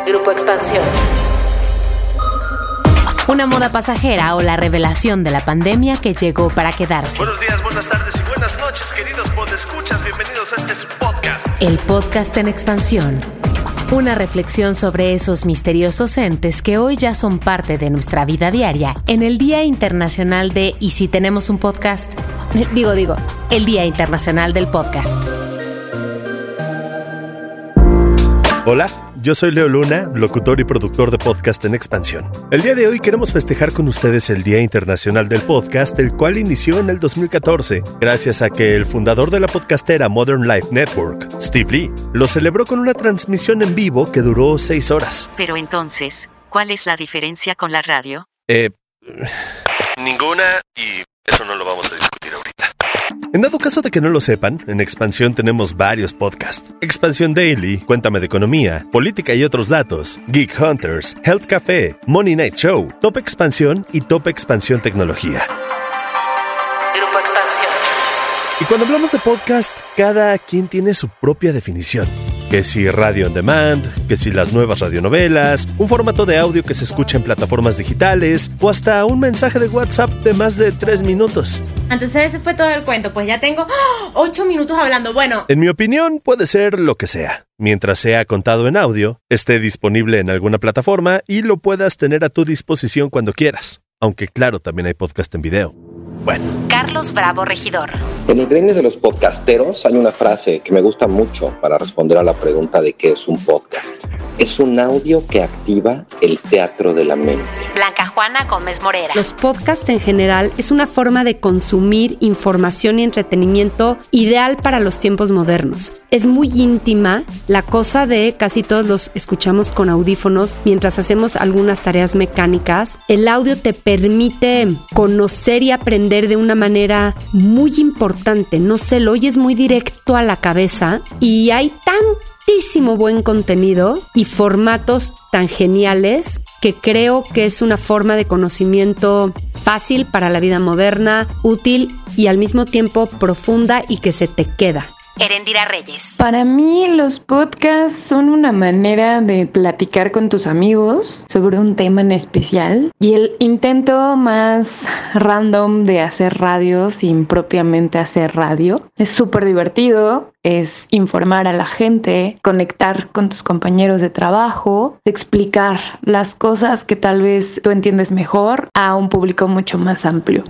Grupo Expansión. Una moda pasajera o la revelación de la pandemia que llegó para quedarse. Buenos días, buenas tardes y buenas noches, queridos podescuchas. Bienvenidos a este su podcast. El podcast en expansión. Una reflexión sobre esos misteriosos entes que hoy ya son parte de nuestra vida diaria en el Día Internacional de ¿Y si tenemos un podcast? Digo, el Día Internacional del Podcast. Hola, yo soy Leo Luna, locutor y productor de Podcast en Expansión. El día de hoy queremos festejar con ustedes el Día Internacional del Podcast, el cual inició en el 2014, gracias a que el fundador de la podcastera Modern Life Network, Steve Lee, lo celebró con una transmisión en vivo que duró 6 horas. Pero entonces, ¿cuál es la diferencia con la radio? Ninguna, y eso no lo vamos a discutir ahorita. En dado caso de que no lo sepan, en Expansión tenemos varios podcasts. Expansión Daily, Cuéntame de Economía, Política y otros datos, Geek Hunters, Health Café, Money Night Show, Top Expansión y Top Expansión Tecnología. Grupo Expansión. Y cuando hablamos de podcast, cada quien tiene su propia definición. Que si radio on demand, que si las nuevas radionovelas, un formato de audio que se escucha en plataformas digitales o hasta un mensaje de WhatsApp de más de 3 minutos. Entonces ese fue todo el cuento, pues ya tengo 8 minutos hablando, bueno. En mi opinión puede ser lo que sea, mientras sea contado en audio, esté disponible en alguna plataforma y lo puedas tener a tu disposición cuando quieras. Aunque claro, también hay podcast en video. Bueno. Carlos Bravo, regidor. En el gremio de los podcasteros hay una frase que me gusta mucho para responder a la pregunta de qué es un podcast. Es un audio que activa el teatro de la mente. Blanca Juana Gómez Morera. Los podcasts en general es una forma de consumir información y entretenimiento ideal para los tiempos modernos. Es muy íntima, la cosa de casi todos los escuchamos con audífonos mientras hacemos algunas tareas mecánicas. El audio te permite conocer y aprender de una manera muy importante, no sé, lo oyes muy directo a la cabeza y hay tantísimo buen contenido y formatos tan geniales que creo que es una forma de conocimiento fácil para la vida moderna, útil y al mismo tiempo profunda y que se te queda. Erendira Reyes. Para mí los podcasts son una manera de platicar con tus amigos sobre un tema en especial y el intento más random de hacer radio sin propiamente hacer radio. Es súper divertido, es informar a la gente, conectar con tus compañeros de trabajo, explicar las cosas que tal vez tú entiendes mejor a un público mucho más amplio.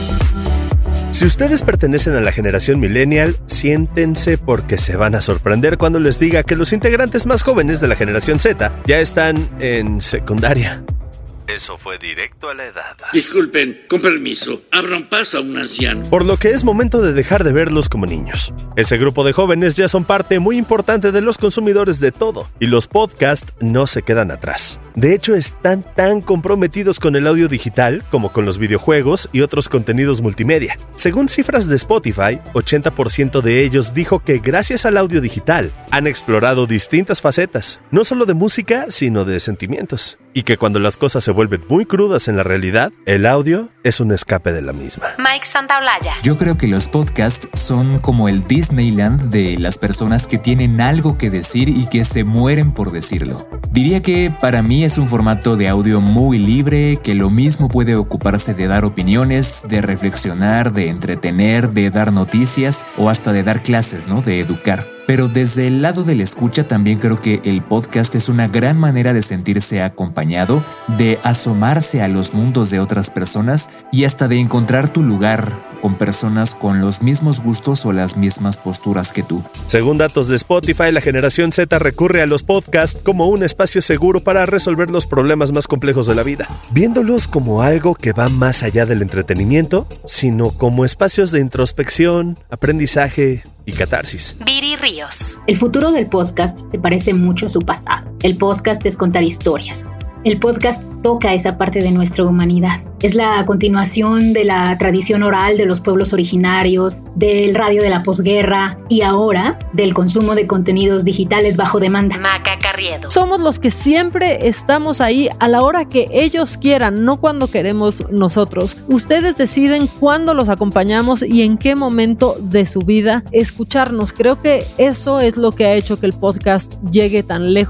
Si ustedes pertenecen a la generación millennial, siéntense porque se van a sorprender cuando les diga que los integrantes más jóvenes de la generación Z ya están en secundaria. Eso fue directo a la edad. Disculpen, con permiso, abran paso a un anciano. Por lo que es momento de dejar de verlos como niños. Ese grupo de jóvenes ya son parte muy importante de los consumidores de todo, y los podcasts no se quedan atrás. De hecho, están tan comprometidos con el audio digital como con los videojuegos y otros contenidos multimedia. Según cifras de Spotify, 80% de ellos dijo que gracias al audio digital han explorado distintas facetas, no solo de música, sino de sentimientos. Y que cuando las cosas se vuelven muy crudas en la realidad, el audio es un escape de la misma. Mike Santaolalla. Yo creo que los podcasts son como el Disneyland de las personas que tienen algo que decir y que se mueren por decirlo. Diría que para mí es un formato de audio muy libre, que lo mismo puede ocuparse de dar opiniones, de reflexionar, de entretener, de dar noticias o hasta de dar clases, ¿no? De educar. Pero desde el lado de la escucha también creo que el podcast es una gran manera de sentirse acompañado, de asomarse a los mundos de otras personas y hasta de encontrar tu lugar con personas con los mismos gustos o las mismas posturas que tú. Según datos de Spotify, la generación Z recurre a los podcasts como un espacio seguro para resolver los problemas más complejos de la vida, viéndolos como algo que va más allá del entretenimiento, sino como espacios de introspección, aprendizaje y catarsis. Viri Ríos. El futuro del podcast se parece mucho a su pasado. El podcast es contar historias. El podcast toca esa parte de nuestra humanidad. Es la continuación de la tradición oral de los pueblos originarios, del radio de la posguerra y ahora del consumo de contenidos digitales bajo demanda. Maca Carriedo. Somos los que siempre estamos ahí a la hora que ellos quieran, no cuando queremos nosotros. Ustedes deciden cuándo los acompañamos y en qué momento de su vida escucharnos. Creo que eso es lo que ha hecho que el podcast llegue tan lejos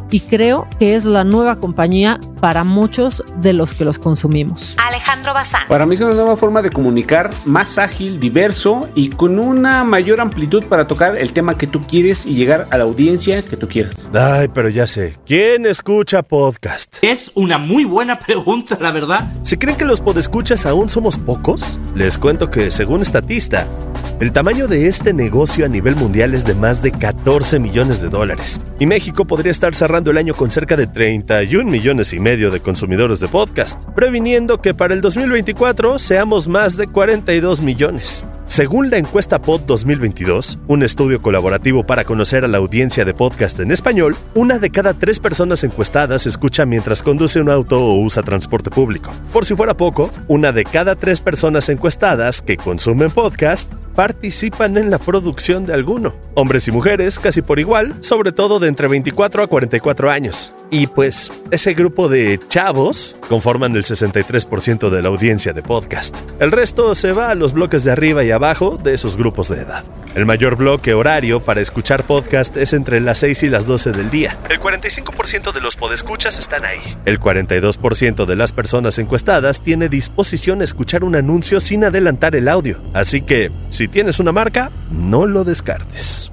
y creo que es la nueva compañía para muchos de los que los consumimos. Alejandro Bazán. Para mí es una nueva forma de comunicar, más ágil, diverso y con una mayor amplitud para tocar el tema que tú quieres y llegar a la audiencia que tú quieras. Ay, pero ya sé, ¿quién escucha podcast? Es una muy buena pregunta, la verdad. Si creen que los podescuchas aún somos pocos, les cuento que, según Statista, el tamaño de este negocio a nivel mundial es de más de 14 millones de dólares. Y México podría estar cerrando el año con cerca de 31 millones y medio de consumidores de podcast, previniendo que para el 2024 seamos más de 42 millones. Según la encuesta Pod 2022, un estudio colaborativo para conocer a la audiencia de podcast en español, 1 de cada 3 personas encuestadas escucha mientras conduce un auto o usa transporte público. Por si fuera poco, 1 de cada 3 personas encuestadas que consumen podcast participan en la producción de alguno. Hombres y mujeres casi por igual, sobre todo de entre 24 a 44 años. Y pues, ese grupo de chavos conforman el 63% de la audiencia de podcast. El resto se va a los bloques de arriba y abajo de esos grupos de edad. El mayor bloque horario para escuchar podcast es entre las 6 y las 12 del día. El 45% de los podescuchas están ahí. El 42% de las personas encuestadas tiene disposición a escuchar un anuncio sin adelantar el audio. Así que, si tienes una marca, no lo descartes.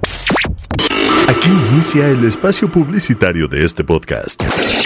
Aquí inicia el espacio publicitario de este podcast.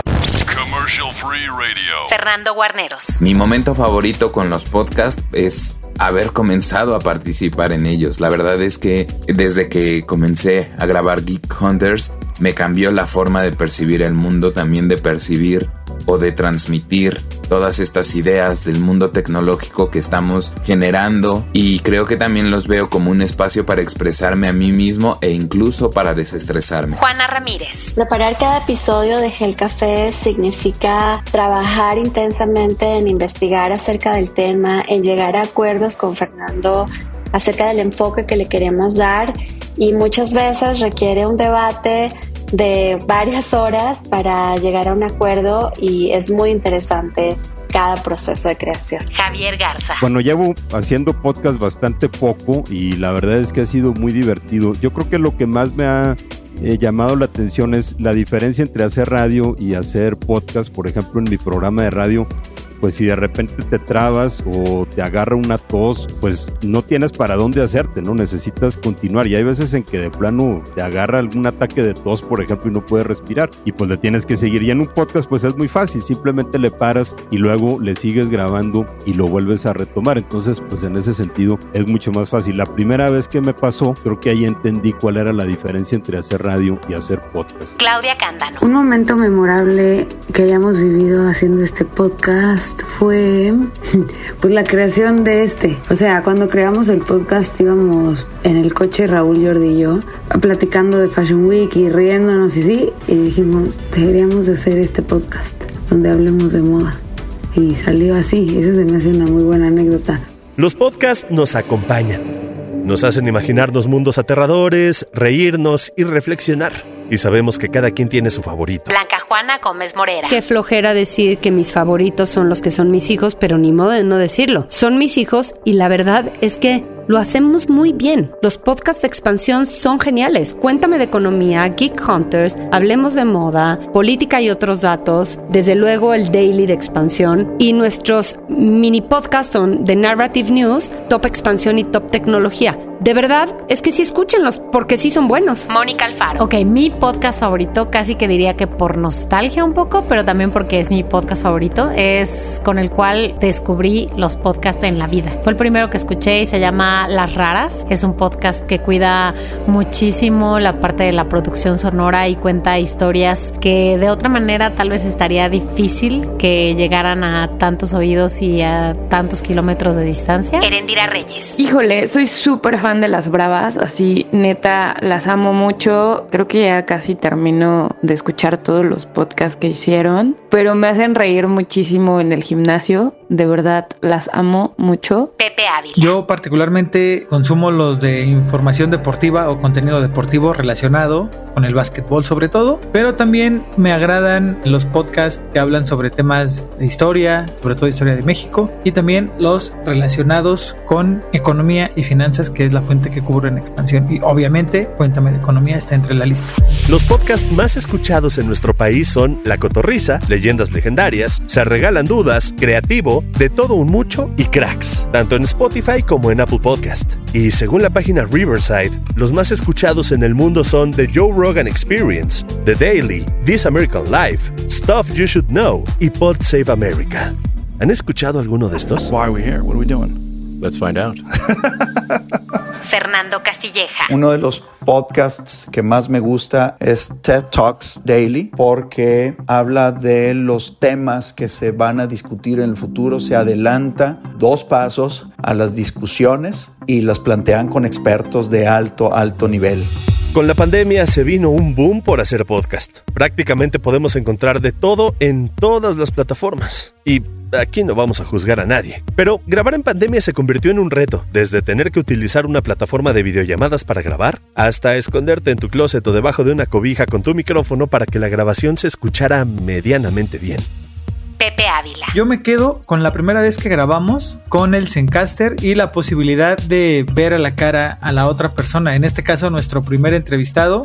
Commercial Free Radio. Fernando Guarneros. Mi momento favorito con los podcasts es haber comenzado a participar en ellos. La verdad es que desde que comencé a grabar Geek Hunters me cambió la forma de percibir el mundo, también de percibir o de transmitir todas estas ideas del mundo tecnológico que estamos generando, y creo que también los veo como un espacio para expresarme a mí mismo e incluso para desestresarme. Juana Ramírez. Preparar cada episodio de Gel Café significa trabajar intensamente en investigar acerca del tema, en llegar a acuerdos con Fernando acerca del enfoque que le queremos dar, y muchas veces requiere un debate de varias horas para llegar a un acuerdo, y es muy interesante cada proceso de creación. Javier Garza. Bueno, llevo haciendo podcast bastante poco y la verdad es que ha sido muy divertido. Yo creo que lo que más me ha llamado la atención es la diferencia entre hacer radio y hacer podcast. Por ejemplo, en mi programa de radio, pues si de repente te trabas o te agarra una tos, pues no tienes para dónde hacerte, ¿no? Necesitas continuar, y hay veces en que de plano te agarra algún ataque de tos, por ejemplo, y no puedes respirar, y pues le tienes que seguir. Y en un podcast pues es muy fácil, simplemente le paras y luego le sigues grabando y lo vuelves a retomar. Entonces pues en ese sentido es mucho más fácil. La primera vez que me pasó, creo que ahí entendí cuál era la diferencia entre hacer radio y hacer podcast. Claudia Cándano. Un momento memorable que hayamos vivido haciendo este podcast fue pues la creación de O sea, cuando creamos el podcast íbamos en el coche, Raúl, Jordi y yo, platicando de Fashion Week y riéndonos y dijimos, deberíamos de hacer este podcast donde hablemos de moda, y salió así. Esa se me hace una muy buena anécdota. Los podcasts nos acompañan, nos hacen imaginarnos mundos aterradores, reírnos y reflexionar. Y sabemos que cada quien tiene su favorito. Blanca Juana Gómez Morera. Qué flojera decir que mis favoritos son los que son mis hijos, pero ni modo de no decirlo. Son mis hijos, y la verdad es que lo hacemos muy bien. Los podcasts de Expansión son geniales. Cuéntame de economía, Geek Hunters, hablemos de moda, política y otros datos. Desde luego el Daily de Expansión. Y nuestros mini podcasts son The Narrative News, Top Expansión y Top Tecnología. De verdad, es que sí escúchenlos, porque sí son buenos. Mónica Alfaro. Ok, mi podcast favorito, casi que diría que por nostalgia un poco, pero también porque es mi podcast favorito, es con el cual descubrí los podcasts en la vida. Fue el primero que escuché y se llama Las Raras. Es un podcast que cuida muchísimo la parte de la producción sonora y cuenta historias que de otra manera tal vez estaría difícil que llegaran a tantos oídos y a tantos kilómetros de distancia. Erendira Reyes. Híjole, soy súper fan de Las Bravas, así neta las amo mucho. Creo que ya casi termino de escuchar todos los podcasts que hicieron, pero me hacen reír muchísimo en el gimnasio. de verdad las amo mucho. Pepe Ávila. Yo particularmente consumo los de información deportiva o contenido deportivo relacionado con el básquetbol sobre todo, pero también me agradan los podcasts que hablan sobre temas de historia, sobre todo historia de México, y también los relacionados con economía y finanzas, que es la fuente que cubro en Expansión. Y obviamente Cuéntame de Economía está entre la lista. Los podcasts más escuchados en nuestro país son La Cotorrisa, Leyendas Legendarias, Se Regalan Dudas, Creativo, De Todo Un Mucho y Cracks, tanto en Spotify como en Apple Podcast. Y según la página Riverside, los más escuchados en el mundo son The Joe Rogan Experience, The Daily, This American Life, Stuff You Should Know y Pod Save America. ¿Han escuchado alguno de estos? Why are we here? What are we doing? Let's find out. Fernando Castilleja. Uno de los podcasts que más me gusta es TED Talks Daily, porque habla de los temas que se van a discutir en el futuro, se adelanta 2 pasos a las discusiones y las plantean con expertos de alto nivel. Con la pandemia se vino un boom por hacer podcast. Prácticamente podemos encontrar de todo en todas las plataformas. Y aquí no vamos a juzgar a nadie. Pero grabar en pandemia se convirtió en un reto, desde tener que utilizar una plataforma de videollamadas para grabar, hasta esconderte en tu closet o debajo de una cobija con tu micrófono para que la grabación se escuchara medianamente bien. Pepe Ávila. Yo me quedo con la primera vez que grabamos con el Zencastr y la posibilidad de ver a la cara a la otra persona. En este caso, nuestro primer entrevistado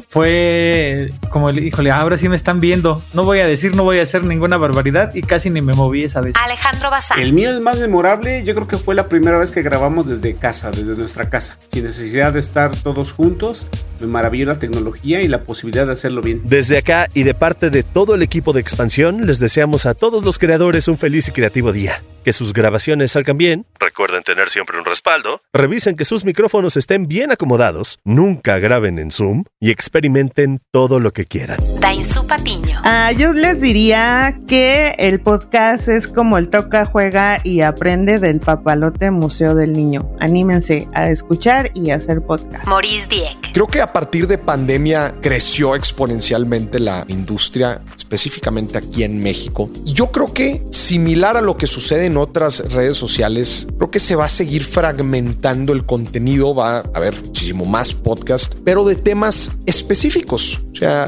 fue como, híjole, ahora sí me están viendo. No voy a hacer ninguna barbaridad, y casi ni me moví esa vez. Alejandro Bazán. El mío, el más memorable, yo creo que fue la primera vez que grabamos desde nuestra casa, sin necesidad de estar todos juntos. Me maravilló la tecnología y la posibilidad de hacerlo bien. Desde acá y de parte de todo el equipo de Expansión, les deseamos a todos los creadores un feliz y creativo día. Que sus grabaciones salgan bien, recuerden tener siempre un respaldo, revisen que sus micrófonos estén bien acomodados, nunca graben en Zoom y experimenten todo lo que quieran. Dainzú Patiño. Yo les diría que el podcast es como el toca, juega y aprende del Papalote Museo del Niño. Anímense a escuchar y a hacer podcast. Maurice Dieck. Creo que a partir de pandemia creció exponencialmente la industria, específicamente aquí en México. Y yo creo que, similar a lo que sucede en otras redes sociales, creo que se va a seguir fragmentando el contenido. Va a haber muchísimo más podcast, pero de temas específicos. O sea,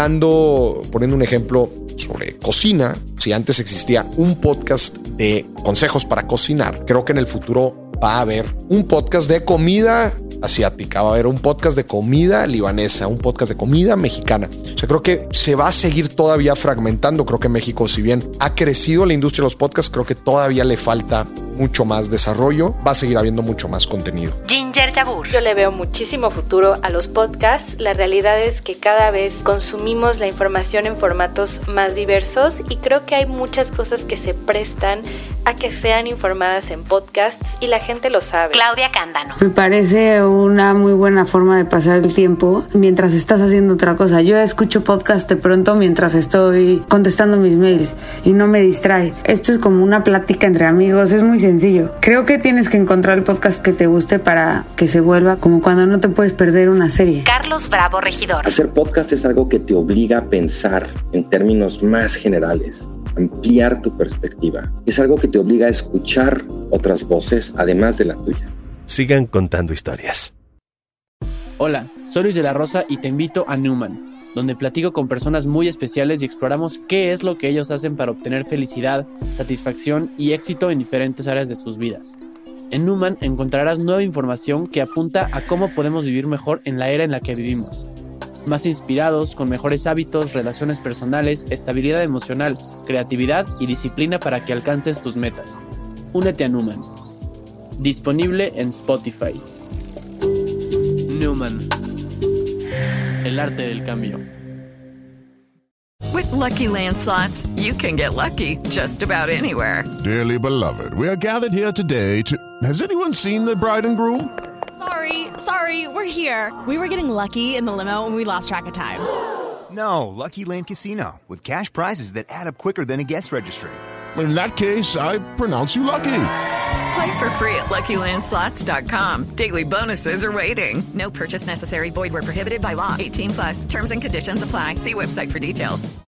poniendo un ejemplo sobre cocina, si antes existía un podcast de consejos para cocinar, creo que en el futuro va a haber un podcast de comida asiática, va a haber un podcast de comida libanesa, un podcast de comida mexicana. O sea, creo que se va a seguir todavía fragmentando. Creo que México, si bien ha crecido la industria de los podcasts, creo que todavía le falta mucho más desarrollo. Va a seguir habiendo mucho más contenido. Ginger Yabur. Yo le veo muchísimo futuro a los podcasts. La realidad es que cada vez consumimos la información en formatos más diversos, y creo que hay muchas cosas que se prestan a que sean informadas en podcasts y la gente lo sabe. Claudia Cándano. Me parece una muy buena forma de pasar el tiempo mientras estás haciendo otra cosa. Yo escucho podcast de pronto mientras estoy contestando mis mails y no me distrae. Esto es como una plática entre amigos, es muy sencillo. Creo que tienes que encontrar el podcast que te guste para que se vuelva como cuando no te puedes perder una serie. Carlos Bravo Regidor. Hacer podcast es algo que te obliga a pensar en términos más generales, ampliar tu perspectiva. Es algo que te obliga a escuchar otras voces además de la tuya. Sigan contando historias. Hola, soy Luis de la Rosa y te invito a Newman, donde platico con personas muy especiales y exploramos qué es lo que ellos hacen para obtener felicidad, satisfacción y éxito en diferentes áreas de sus vidas. En Newman encontrarás nueva información que apunta a cómo podemos vivir mejor en la era en la que vivimos. Más inspirados, con mejores hábitos, relaciones personales, estabilidad emocional, creatividad y disciplina para que alcances tus metas. Únete a Newman. Disponible en Spotify. Newman. El arte del cambio. With Lucky Land Slots, you can get lucky just about anywhere. Dearly beloved, we are gathered here today to... Has anyone seen the bride and groom? Sorry, we're here. We were getting lucky in the limo and we lost track of time. No, Lucky Land Casino, with cash prizes that add up quicker than a guest registry. In that case, I pronounce you lucky. Play for free at LuckyLandSlots.com. Daily bonuses are waiting. No purchase necessary. Void where prohibited by law. 18+. Terms and conditions apply. See website for details.